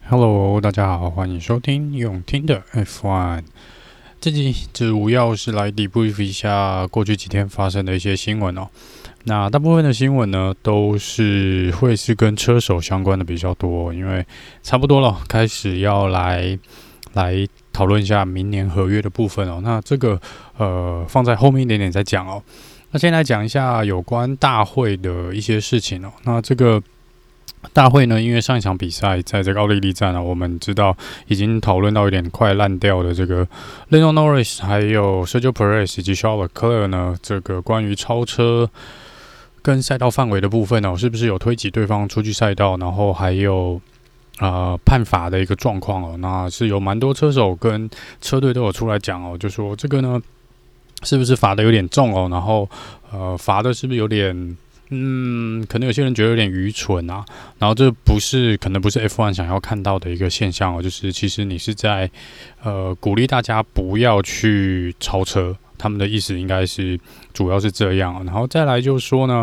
Hello，大家好，欢迎收听永听的 F1。这集主要是来 debrief 一下过去几天发生的一些新闻哦。那大部分的新闻呢，都会是跟车手相关的比较多，因为差不多了，开始要来讨论一下明年合约的部分哦。那这个放在后面一点点再讲哦。那先来讲一下有关大会的一些事情哦。那这个大会呢，因为上一场比赛在这个奥地利站我们知道已经讨论到有点快烂掉的这个 Lando Norris 还有 Sergio Perez 以及 Charles Leclerc 呢，这个关于超车跟赛道范围的部分是不是有推挤对方出去赛道，然后还有判罚的一个状况那是有蛮多车手跟车队都有出来讲就说这个呢是不是罚的有点重然后罚的是不是有点可能有些人觉得有点愚蠢啊，然后这可能不是 F1 想要看到的一个现象就是其实你是在鼓励大家不要去超车，他们的意思应该是主要是这样然后再来就是说呢，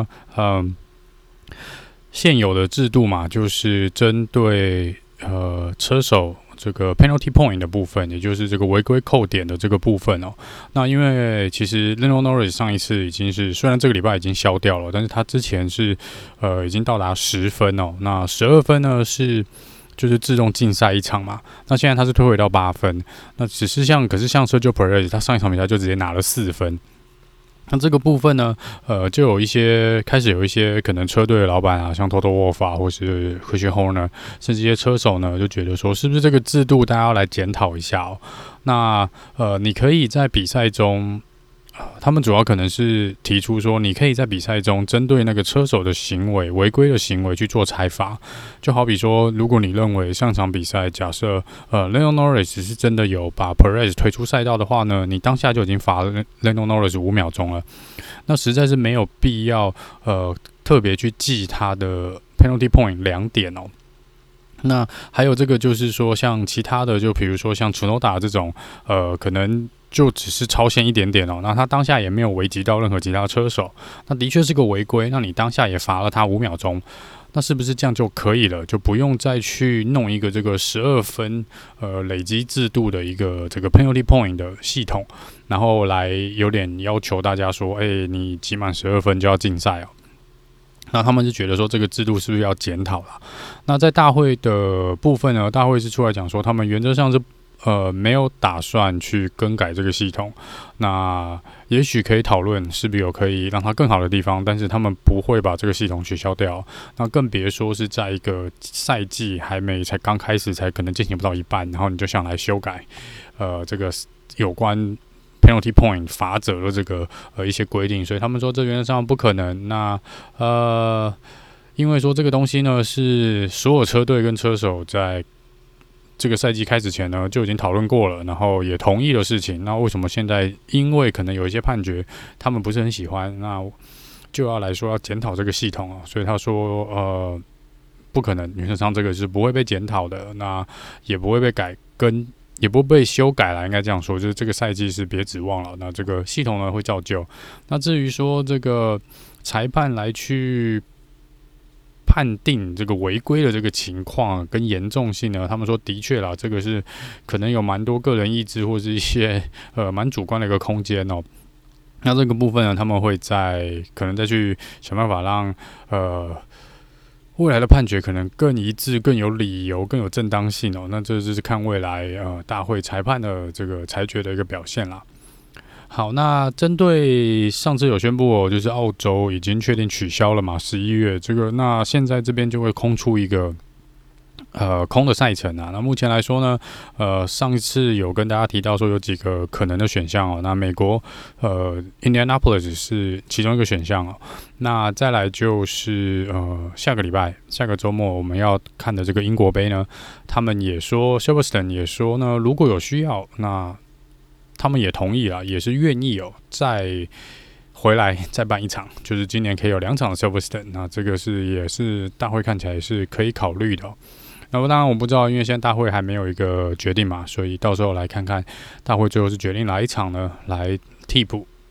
现有的制度嘛，就是针对车手这个 penalty point 的部分，也就是这个违规扣点的这个部分那因为其实 Lando Norris 上一次已经是，虽然这个礼拜已经消掉了，但是他之前是已经到达10分那12分呢就是自动禁赛一场嘛，那现在他是推回到8分，那可是像 Sergio Perez 他上一场比赛就直接拿了4分。那这个部分呢，就开始有一些可能车队的老板像 Toto Wolff 或是 Christian Horner， 甚至这些车手呢，就觉得说，是不是这个制度大家要来检讨一下那你可以在比赛中，他们主要可能是提出说，你可以在比赛中针对那个车手的行为、违规的行为去做裁罚。就好比说，如果你认为上场比赛假设Lando Norris 是真的有把 Perez 推出赛道的话呢，你当下就已经罚了 Lando Norris 5秒钟了，那实在是没有必要特别去记他的 penalty point 2点那还有这个就是说，像其他的，就比如说像 Tsunoda 这种可能就只是超限一点点那他当下也没有危及到任何其他车手，那的确是个违规，那你当下也罚了他5秒钟，那是不是这样就可以了？就不用再去弄一个这个12分累积制度的一个这个 penalty point 的系统，然后来有点要求大家说，你积满12分就要禁赛那他们是觉得说这个制度是不是要检讨啦？那在大会的部分呢，大会是出来讲说，他们原则上是没有打算去更改这个系统。那也许可以讨论是不是有可以让它更好的地方，但是他们不会把这个系统取消掉。那更别说是在一个赛季才刚开始，才可能进行不到一半，然后你就想来修改这个有关penalty point 罚则的这个一些规定，所以他们说这原则上不可能。那因为说这个东西呢是所有车队跟车手在这个赛季开始前呢就已经讨论过了，然后也同意的事情。那为什么现在因为可能有一些判决他们不是很喜欢，那就要来说要检讨这个系统所以他说不可能，原则上这个是不会被检讨的，那也不会被也不会被修改了，应该这样说，就是这个赛季是别指望了。那这个系统呢会照旧。那至于说这个裁判来去判定这个违规的这个情况跟严重性呢，他们说的确啦，这个是可能有蛮多个人意志或是一些蛮主观的一个空间那这个部分呢，他们会可能再去想办法让未来的判决可能更一致、更有理由、更有正当性那这就是看未来大会裁判的这个裁决的一个表现啦。好，那针对上次有宣布就是澳洲已经确定取消了嘛，11月这个，那现在这边就会空出一个空的赛程那目前来说呢，上一次有跟大家提到说有几个可能的选项那美国Indianapolis 是其中一个选项那再来就是下个周末我们要看的这个英国杯呢，他们也说 Silverstone 也说呢，如果有需要，那他们也同意啦，也是愿意再回来再办一场，就是今年可以有2场的 Silverstone， 那这个也是大会看起来是可以考虑的那么当然我不知道，因为现在大会还没有一个决定嘛，所以到时候来看看大会最后是决定哪一场呢来替补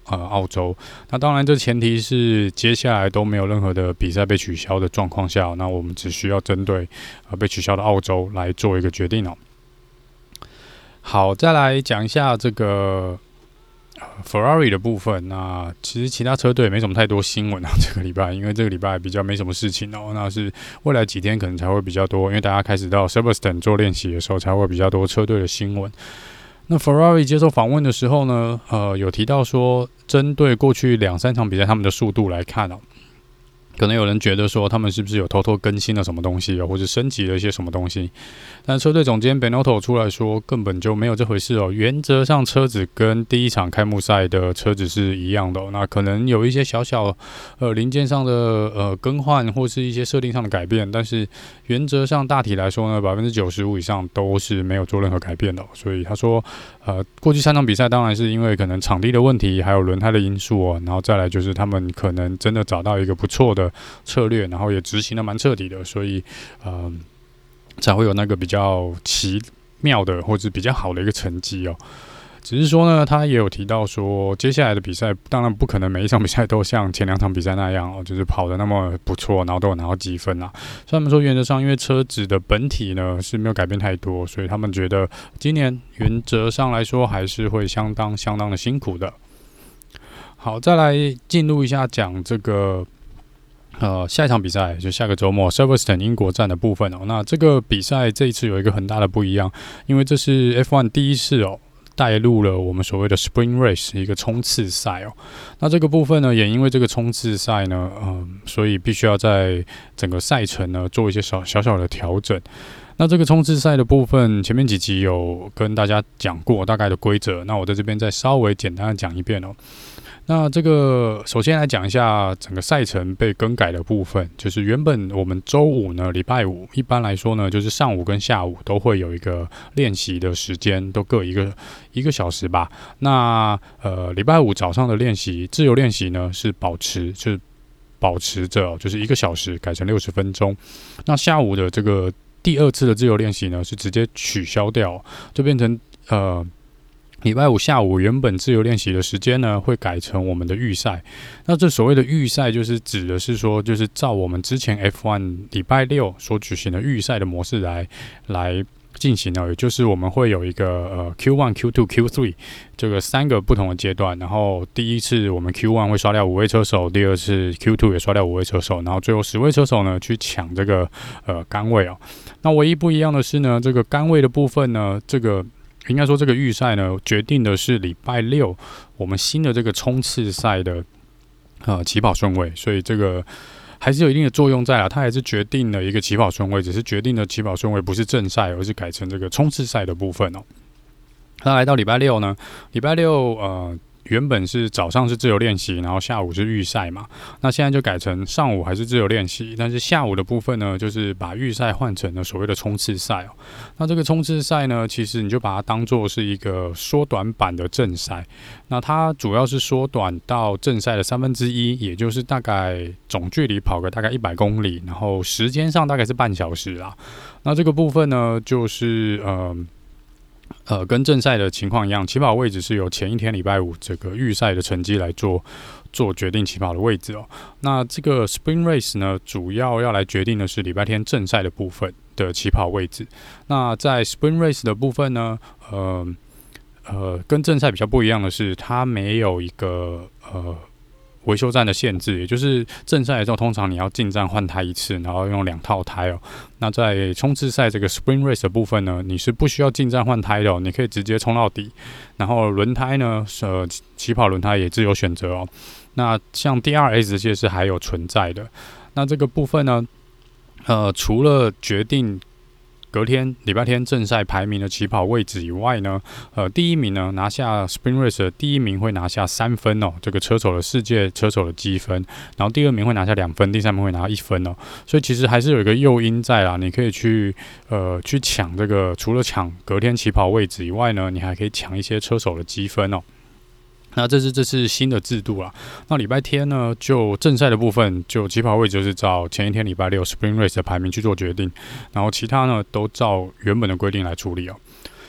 澳洲。那当然，这前提是接下来都没有任何的比赛被取消的状况下，那我们只需要针对被取消的澳洲来做一个决定哦。好，再来讲一下这个Ferrari 的部分。那其实其他车队没什么太多新闻啊，这个礼拜，因为这个礼拜比较没什么事情哦。那是未来几天可能才会比较多，因为大家开始到 Silverstone 做练习的时候，才会比较多车队的新闻。那 Ferrari 接受访问的时候呢，有提到说，针对过去2-3场比赛他们的速度来看哦，可能有人觉得说他们是不是有偷偷更新了什么东西或者升级了一些什么东西，但车队总监 Binotto 出来说根本就没有这回事哦。原则上车子跟第一场开幕赛的车子是一样的那可能有一些小小零件上的更换或是一些设定上的改变，但是原则上大体来说呢，95%以上都是没有做任何改变的所以他说过去3场比赛当然是因为可能场地的问题还有轮胎的因素然后再来就是他们可能真的找到一个不错的策略，然后也执行的蛮彻底的，所以才会有那个比较奇妙的或者比较好的一个成绩只是说呢，他也有提到说，接下来的比赛当然不可能每一场比赛都像前2场比赛那样就是跑得那么不错，然后都有拿到积分所以他们说原则上，因为车子的本体呢是没有改变太多，所以他们觉得今年原则上来说还是会相当的辛苦的。好，再来进入一下讲这个下一场比赛就下个周末 Silverstone 英国站的部分那这个比赛这一次有一个很大的不一样，因为这是 F1 第一次带入了我们所谓的 Spring Race 一个冲刺赛那这个部分呢，也因为这个冲刺赛呢，所以必须要在整个赛程呢做一些小小的调整。那这个冲刺赛的部分，前面几集有跟大家讲过大概的规则，那我在这边再稍微简单的讲一遍那这个首先来讲一下整个赛程被更改的部分，就是原本我们周五呢，礼拜五一般来说呢，就是上午跟下午都会有一个练习的时间，都各一个小时吧。那礼拜五早上的练习，自由练习呢是保持着就是1个小时改成60分钟。那下午的这个第2次的自由练习呢是直接取消掉，就变成礼拜五下午原本自由练习的时间呢，会改成我们的预赛。那这所谓的预赛，就是指的是说，就是照我们之前 F1 礼拜6所举行的预赛的模式来进行也就是我们会有一个Q1、Q2、Q3 这个3个不同的阶段。然后第一次我们 Q1 会刷掉5位车手，第2次 Q2 也刷掉5位车手，然后最后10位车手呢去抢这个杆位那唯一不一样的是呢，这个杆位的部分呢，应该说这个预赛呢，决定的是礼拜6我们新的这个冲刺赛的起跑顺位，所以这个还是有一定的作用在它还是决定了一个起跑顺位，只是决定的起跑顺位不是正赛，而是改成这个冲刺赛的部分那来到礼拜6呢，礼拜6原本是早上是自由练习，然后下午是预赛嘛。那现在就改成上午还是自由练习，但是下午的部分呢，就是把预赛换成了所谓的冲刺赛那这个冲刺赛呢，其实你就把它当作是一个缩短版的正赛。那它主要是缩短到正赛的1/3，也就是大概总距离跑个大概100公里，然后时间上大概是半小时啦。那这个部分呢，就是跟正赛的情况一样，起跑位置是由前一天礼拜五这个预赛的成绩来做决定起跑的位置那这个 Spring Race 呢，主要来决定的是礼拜天正赛的部分的起跑位置。那在 Spring Race 的部分呢，跟正赛比较不一样的是，它没有一个维修站的限制，也就是正赛的时候，通常你要进站换胎1次，然后用2套胎那在冲刺赛这个 Spring Race 的部分呢，你是不需要进站换胎的你可以直接冲到底。然后轮胎呢，起跑轮胎也自由选择那像 DRS 这些是还有存在的。那这个部分呢，除了决定隔天礼拜天正赛排名的起跑位置以外呢，第一名呢拿下 Spring Race 的第一名会拿下3分这个车手的世界车手的积分，然后第2名会拿下2分，第3名会拿到1分所以其实还是有一个诱因在啦，你可以去抢这个，除了抢隔天起跑位置以外呢，你还可以抢一些车手的积分那这是新的制度啦。那礼拜天呢，就正赛的部分，就起跑位置就是照前一天礼拜6 Spring Race 的排名去做决定，然后其他呢都照原本的规定来处理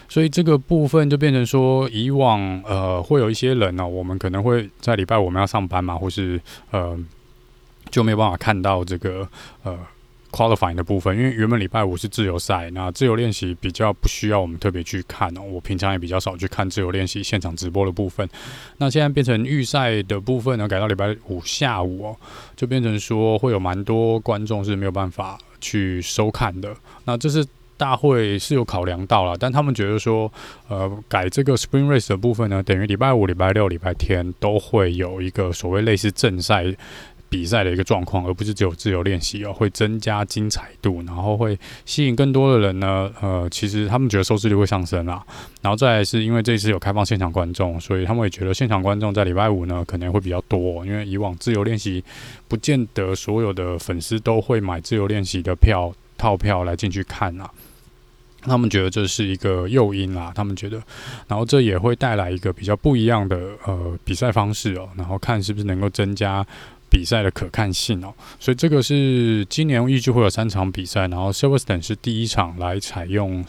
所以这个部分就变成说，以往会有一些人我们可能会在礼拜五我们要上班嘛，或是就没有办法看到这个qualifying 的部分，因为原本礼拜五是自由赛，那自由练习比较不需要我们特别去看我平常也比较少去看自由练习现场直播的部分。那现在变成预赛的部分呢，改到礼拜五下午就变成说会有蛮多观众是没有办法去收看的。那这是大会是有考量到了，但他们觉得说，改这个 Spring Race 的部分呢，等于礼拜五、礼拜六、礼拜天都会有一个所谓类似正赛比赛的一个状况，而不是只有自由练习会增加精彩度，然后会吸引更多的人呢。其实他们觉得收视率会上升啦。然后再来是因为这一次有开放现场观众，所以他们也觉得现场观众在礼拜五呢可能会比较多，因为以往自由练习不见得所有的粉丝都会买自由练习的套票来进去看啊。他们觉得这是一个诱因啦，他们觉得，然后这也会带来一个比较不一样的比赛方式然后看是不是能够增加比赛的可看性所以这个是今年预计会有3场比赛，然后 Silverstone 是第一场来采用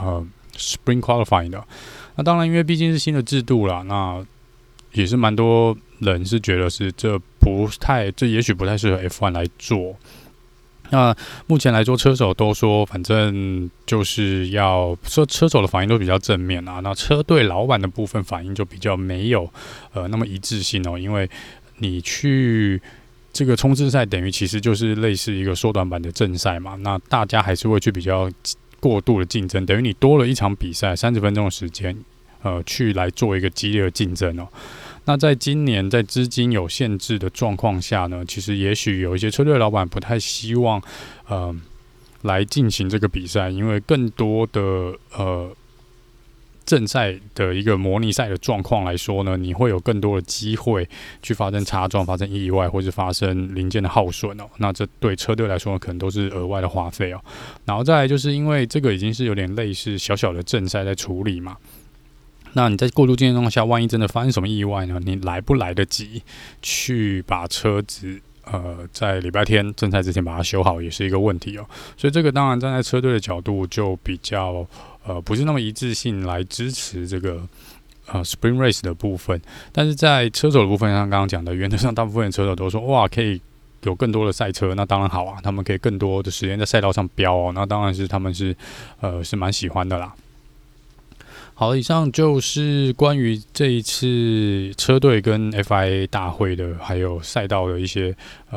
Spring Qualifying 的。那当然，因为毕竟是新的制度啦，那也是蛮多人是觉得是这也许不太适合 F1 来做。那目前来说，车手都说，反正就是要说车手的反应都比较正面那车队老板的部分反应就比较没有那么一致性因为你去这个冲刺赛，等于其实就是类似一个缩短版的正赛嘛，那大家还是会去比较过度的竞争，等于你多了一场比赛30分钟的时间去来做一个激烈的竞争那在今年在资金有限制的状况下呢，其实也许有一些车队老板不太希望来进行这个比赛，因为更多的正赛的一个模拟赛的状况来说呢，你会有更多的机会去发生擦撞、发生意外，或是发生零件的耗损那这对车队来说可能都是额外的花费然后再来就是因为这个已经是有点类似小小的正赛在处理嘛。那你在过度竞争状况下，万一真的发生什么意外呢？你来不来得及去把车子在礼拜天正赛之前把它修好，也是一个问题所以这个当然站在车队的角度就比较不是那么一致性来支持这个Spring Race 的部分。但是在车手的部分，像刚刚讲的，原则上大部分的车手都说哇，可以有更多的赛车，那当然好他们可以更多的时间在赛道上飙那当然是他们是蛮喜欢的啦。好，以上就是关于这一次车队跟 FIA 大会的，还有赛道的一些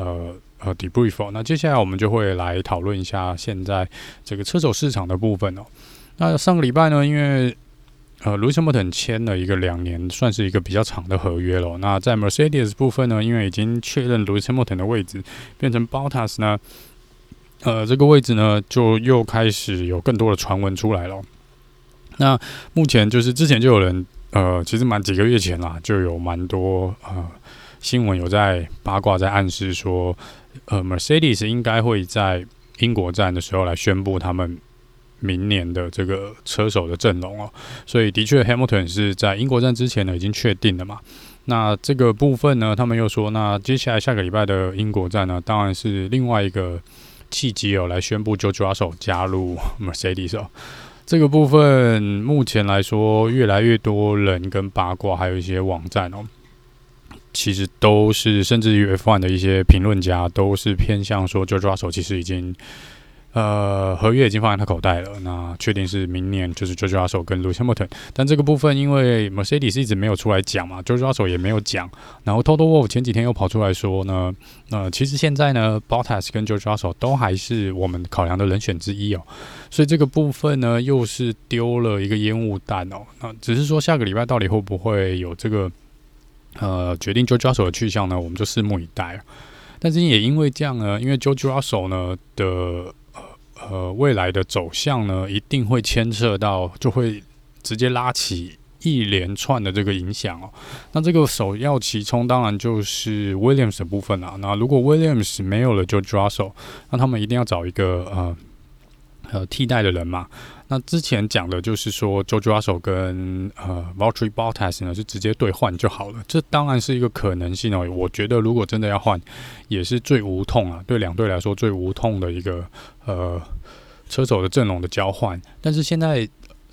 debrief那接下来我们就会来讨论一下现在这个车手市场的部分那上个礼拜呢，因为Lewis Hamilton 签了一个2年，算是一个比较长的合约了。那在 Mercedes 部分呢，因为已经确认 Lewis Hamilton 的位置变成 Bottas 呢，这个位置呢就又开始有更多的传闻出来了。那目前就是之前就有人其实几个月前啦，就有蛮多新闻有在八卦在暗示说Mercedes 应该会在英国站的时候来宣布他们明年的这个车手的阵容所以的确 Hamilton 是在英国站之前呢已经确定了嘛。那这个部分呢，他们又说，那接下来下个礼拜的英国站呢，当然是另外一个契机来宣布 George Russell 加入 Mercedes 这个部分目前来说，越来越多人跟八卦，还有一些网站其实都是，甚至于 F1 的一些评论家都是偏向说 George Russell 其实已经合约已经放在他口袋了，那确定是明年就是 George Russell 跟 Lewis Hamilton。但这个部分因为 Mercedes 一直没有出来讲嘛， George Russell 也没有讲，然后 Toto Wolff 前几天又跑出来说呢，其实现在呢 Bottas 跟 George Russell 都还是我们考量的人选之一所以这个部分呢又是丢了一个烟雾弹那只是说下个礼拜到底会不会有这个决定 George Russell 的去向呢，我们就拭目以待但是也因为这样呢，因为 George Russell 呢的未来的走向呢，一定会牵涉到，就会直接拉起一连串的这个影响那这个首要其冲当然就是 Williams 的部分那如果 Williams 没有了 George Russell， 那他们一定要找一个替代的人嘛。那之前讲的就是说 George Russell 跟Valtteri Bottas 呢是直接兑换就好了，这当然是一个可能性我觉得如果真的要换，也是最无痛对两队来说最无痛的一个车手的阵容的交换。但是现在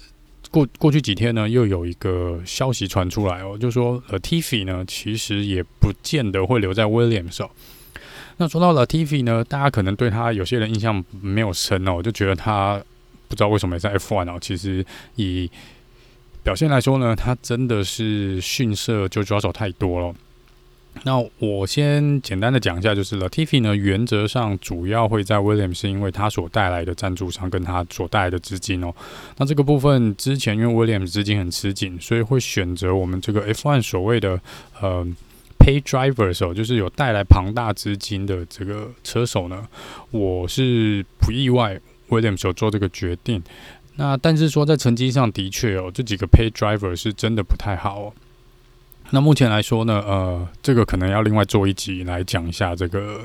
过去几天呢，又有一个消息传出来就说 Latifi 呢，其实也不见得会留在 Williams 那说到 Latifi 呢，大家可能对他有些人印象没有深就觉得他不知道为什么也在 F1 其实以表现来说呢，他真的是逊色就抓手太多了。那我先简单的讲一下，就是 Latifi 呢，原则上主要会在 Williams， 是因为他所带来的赞助商跟他所带来的资金那这个部分之前因为 Williams 资金很吃紧，所以会选择我们这个 F1 所谓的pay drivers 就是有带来庞大资金的这个车手呢，我是不意外 Williams 有做这个决定。那但是说在成绩上的确这几个 pay driver 是真的不太好那目前来说呢，这个可能要另外做一集来讲一下这个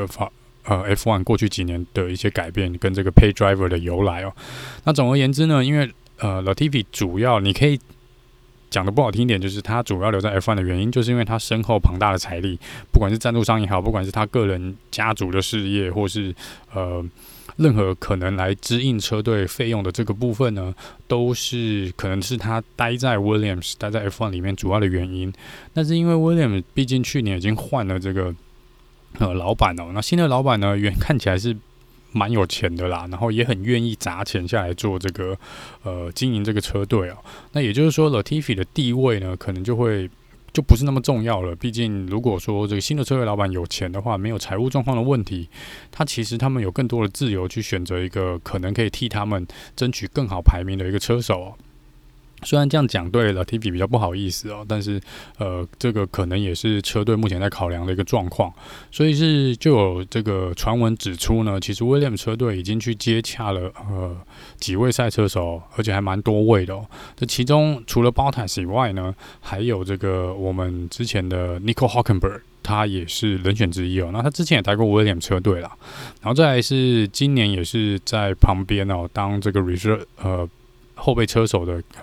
F1 过去几年的一些改变跟这个 pay driver 的由来那总而言之呢，因为Latifi 主要你可以讲的不好听一点，就是他主要留在 F1 的原因，就是因为他身后庞大的财力，不管是赞助商也好，不管是他个人家族的事业，或是任何可能来支应车队费用的这个部分呢，都是可能是他待在 Williams 待在 F1 里面主要的原因。但是因为 Williams 毕竟去年已经换了这个老板那新的老板呢，看起来是蛮有钱的啦，然后也很愿意砸钱下来做这个经营这个车队那也就是说 Latifi 的地位呢，可能就不是那么重要了。毕竟如果说这个新的车队老板有钱的话，没有财务状况的问题，他们有更多的自由去选择一个可能可以替他们争取更好排名的一个车手虽然这样讲对 Latifi 比较不好意思但是这个可能也是车队目前在考量的一个状况，所以就有这个传闻指出呢，其实 Williams 车队已经去接洽了几位赛车手，而且还蛮多位的这其中除了 Bottas 以外呢，还有这个我们之前的 Nico Hülkenberg，他也是人选之一那他之前也待过 Williams 车队啦，然后再来是今年也是在旁边当这个 reserve后备车手的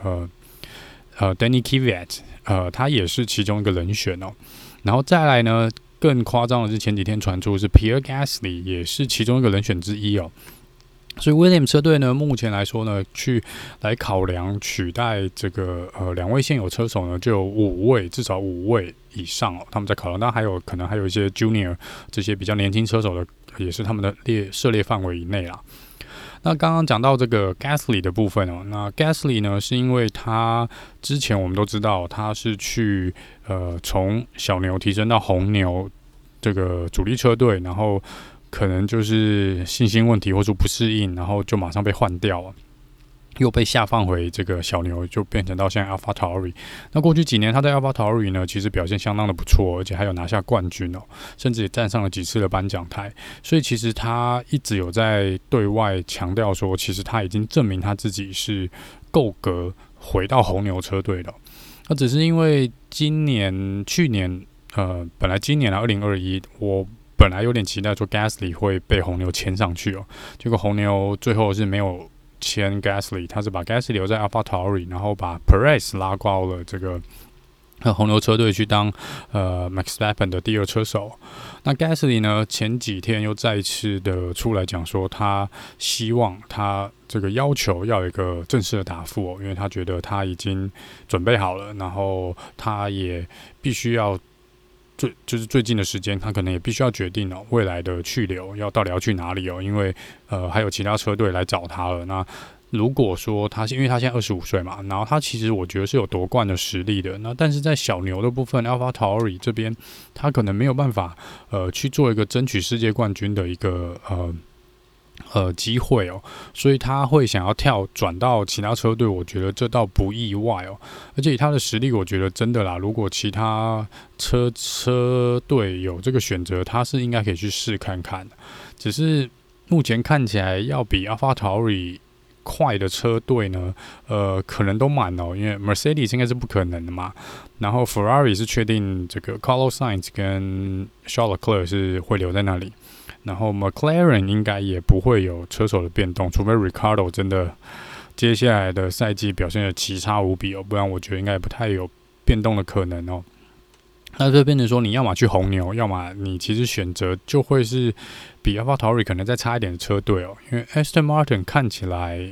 Danny Kvyat，他也是其中一个人选然后再来呢，更夸张的是前几天传出是 Pierre Gasly 也是其中一个人选之一所以 Williams 车队呢，目前来说呢，来考量取代这个两位现有车手呢，就有至少5位以上他们在考量，当然可能还有一些 Junior 这些比较年轻车手的，也是他们的涉猎范围以内啦。那刚刚讲到这个 Gasly 的部分那 Gasly 呢，是因为他之前我们都知道他是去从小牛提升到红牛这个主力车队，然后可能就是信心问题或者不适应，然后就马上被换掉又被下放回这个小牛，就变成到现在 AlphaTauri。那过去几年他在 AlphaTauri 呢，其实表现相当的不错，而且还有拿下冠军甚至也站上了几次的颁奖台。所以其实他一直有在对外强调说，其实他已经证明他自己是够格回到红牛车队的。那只是因为去年本来今年2021我本来有点期待说 Gasly 会被红牛签上去结果红牛最后是没有签 Gasly， 他是把 Gasly 留在 AlphaTauri， 然后把 Perez 拉高了这个红牛车队去当Max Verstappen 的第二车手。那 Gasly 呢，前几天又再次的出来讲说，他希望他这个要求要有一个正式的答复因为他觉得他已经准备好了，然后他也必须要就是最近的时间，他可能也必须要决定未来的去留到底要去哪里因为还有其他车队来找他了。那如果说因为他现在25岁嘛，然后他其实我觉得是有夺冠的实力的，那但是在小牛的部分 AlphaTauri 这边，他可能没有办法去做一个争取世界冠军的一个机会所以他会想要转到其他车队，我觉得这倒不意外而且以他的实力，我觉得真的啦，如果其他车队有这个选择，他是应该可以去试看看的。只是目前看起来要比 AlphaTauri 快的车队呢，可能都满因为 Mercedes 应该是不可能的嘛，然后 Ferrari 是确定这个 Carlos Sainz 跟 Charles Leclerc 是会留在那里。然后 McLaren 应该也不会有车手的变动，除非 Ricardo 真的接下来的赛季表现的奇差无比不然我觉得应该也不太有变动的可能那就变成说，你要么去红牛，要么你其实选择就会是比 AlphaTauri 可能再差一点的车队因为 Aston Martin 看起来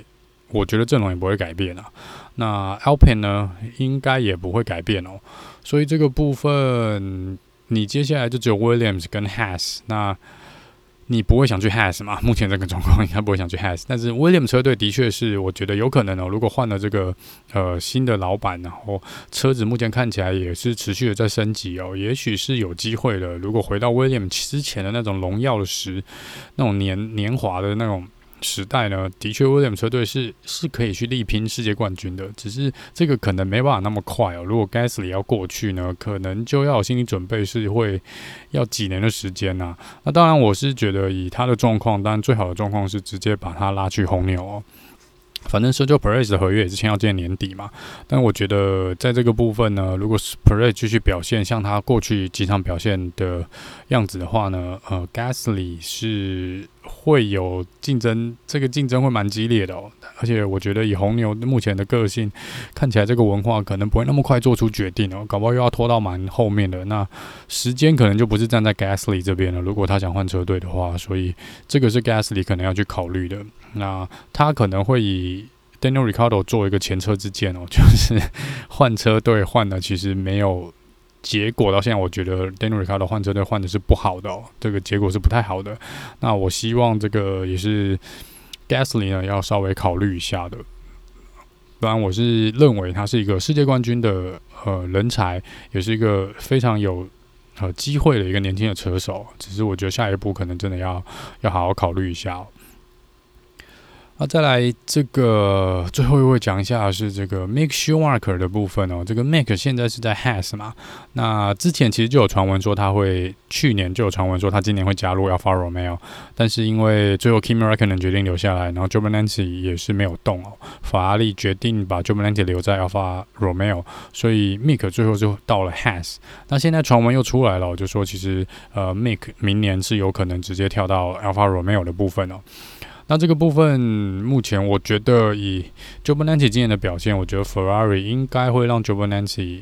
我觉得阵容也不会改变啊。那 Alpine 呢，应该也不会改变哦。所以这个部分，你接下来就只有 Williams 跟 Haas， 那你不会想去 Haas 嘛？目前这个状况应该不会想去 Haas， 但是 Williams 车队的确是我觉得有可能哦。如果换了这个新的老板，然后车子目前看起来也是持续的在升级哦，也许是有机会的。如果回到 Williams 之前的那种荣耀的那种年华的那种时代呢，的确 Williams 车队是可以去力拼世界冠军的，只是这个可能没办法那么快哦。如果 Gasly 要过去呢，可能就要有心理准备，是会要几年的时间啊。那当然，我是觉得以他的状况，当然最好的状况是直接把他拉去红牛哦。反正 Sergio Perez 的合约也是签到今年年底嘛，但我觉得在这个部分呢，如果 Perez 继续表现像他过去几场表现的样子的话呢，Gasly 是会有竞争，这个竞争会蛮激烈的哦。而且我觉得以红牛目前的个性，看起来这个文化可能不会那么快做出决定哦，搞不好又要拖到蛮后面的，那时间可能就不是站在 Gasly 这边了。如果他想换车队的话，所以这个是 Gasly 可能要去考虑的。那他可能会以Daniel Ricciardo 做一个前车之鉴哦，就是换车队换的其实没有结果，到现在我觉得 Daniel Ricciardo 换车队换的是不好的哦，这个结果是不太好的。那我希望这个也是 Gasly 呢要稍微考虑一下的。不然我是认为他是一个世界冠军的人才，也是一个非常有机会的一个年轻的车手，只是我觉得下一步可能真的要好好考虑一下哦。那再来这个最后一位讲一下的是这个 Mick Schumacher 的部分哦。这个 Mick 现在是在 Haas 嘛，那之前其实就有传闻说去年就有传闻说他今年会加入 Alfa Romeo， 但是因为最后 Kimi Räikkönen 决定留下来，然后 Giovinazzi 也是没有动哦，法拉利决定把 Giovinazzi 留在 Alfa Romeo， 所以 Mick 最后就到了 Haas。那现在传闻又出来了，就说其实Mick 明年是有可能直接跳到 Alfa Romeo 的部分哦。那这个部分，目前我觉得以 Giovinazzi 今年的表现，我觉得 Ferrari 应该会让 Giovinazzi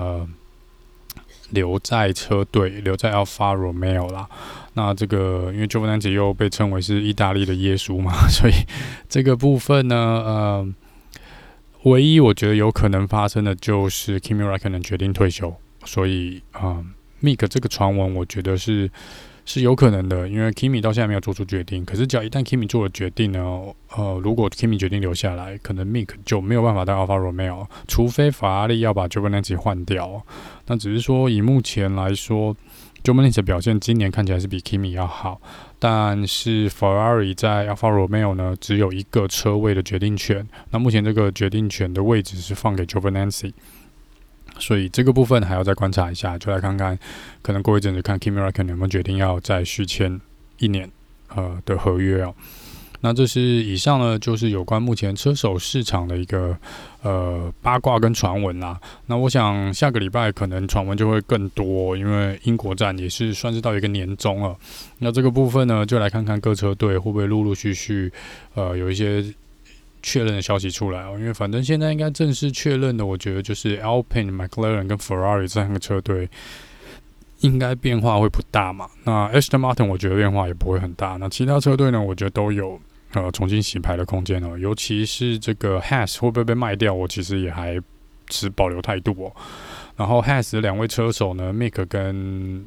留在车队，留在 Alfa Romeo 啦。那这个因为 Giovinazzi 又被称为是意大利的耶稣嘛，所以这个部分呢，唯一我觉得有可能发生的就是 Kimi Räikkönen 决定退休，所以Mick 这个传闻，我觉得是有可能的，因为 Kimi 到现在没有做出决定。可是只要一旦 Kimi 做了决定呢，如果 Kimi 决定留下来，可能 Mick 就没有办法到 Alfa Romeo， 除非法拉利要把 Giovinazzi 换掉。那只是说以目前来说 ，Giovinazzi 的表现今年看起来是比 Kimi 要好，但是 Ferrari 在 Alfa Romeo 呢只有一个车位的决定权。那目前这个决定权的位置是放给 Giovinazzi。所以这个部分还要再观察一下，就来看看，可能过一阵子看 Kimi Räikkönen 有没有决定要再续签1年的合约哦。那这是以上呢，就是有关目前车手市场的一个八卦跟传闻啦。那我想下个礼拜可能传闻就会更多，因为英国站也是算是到一个年终了。那这个部分呢，就来看看各车队会不会陆陆续续有一些确认的消息出来哦，因为反正现在应该正式确认的，我觉得就是 Alpine、McLaren 跟 Ferrari 这3个车队应该变化会不大嘛。那 Aston Martin 我觉得变化也不会很大。那其他车队呢，我觉得都有重新洗牌的空间哦。尤其是这个 Haas 会不会被卖掉，我其实也还持保留态度哦。然后 Haas 的2位车手呢 ，Mick 跟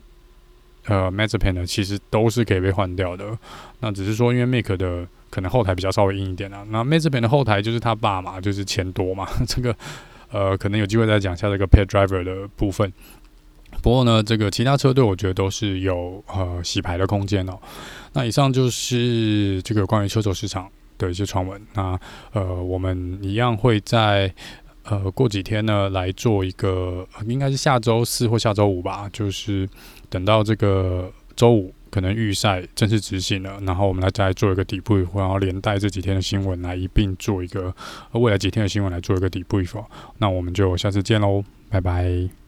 Mazepin 呢，其实都是可以被换掉的。那只是说，因为 Mick 的可能后台比较稍微硬一点啊。那 Mazepin 的后台就是他爸嘛，就是钱多嘛。这个可能有机会再讲一下这个 Pit Driver 的部分。不过呢，这个其他车队我觉得都是有洗牌的空间哦。那以上就是这个关于车手市场的一些传闻。那我们一样会在过几天呢来做一个，应该是下周4或下周5吧，就是等到这个周5可能预赛正式执行了，然后我们再做一个 debrief， 然后连带这几天的新闻来一并做一个未来几天的新闻来做一个 debrief。那我们就下次见喽，拜拜。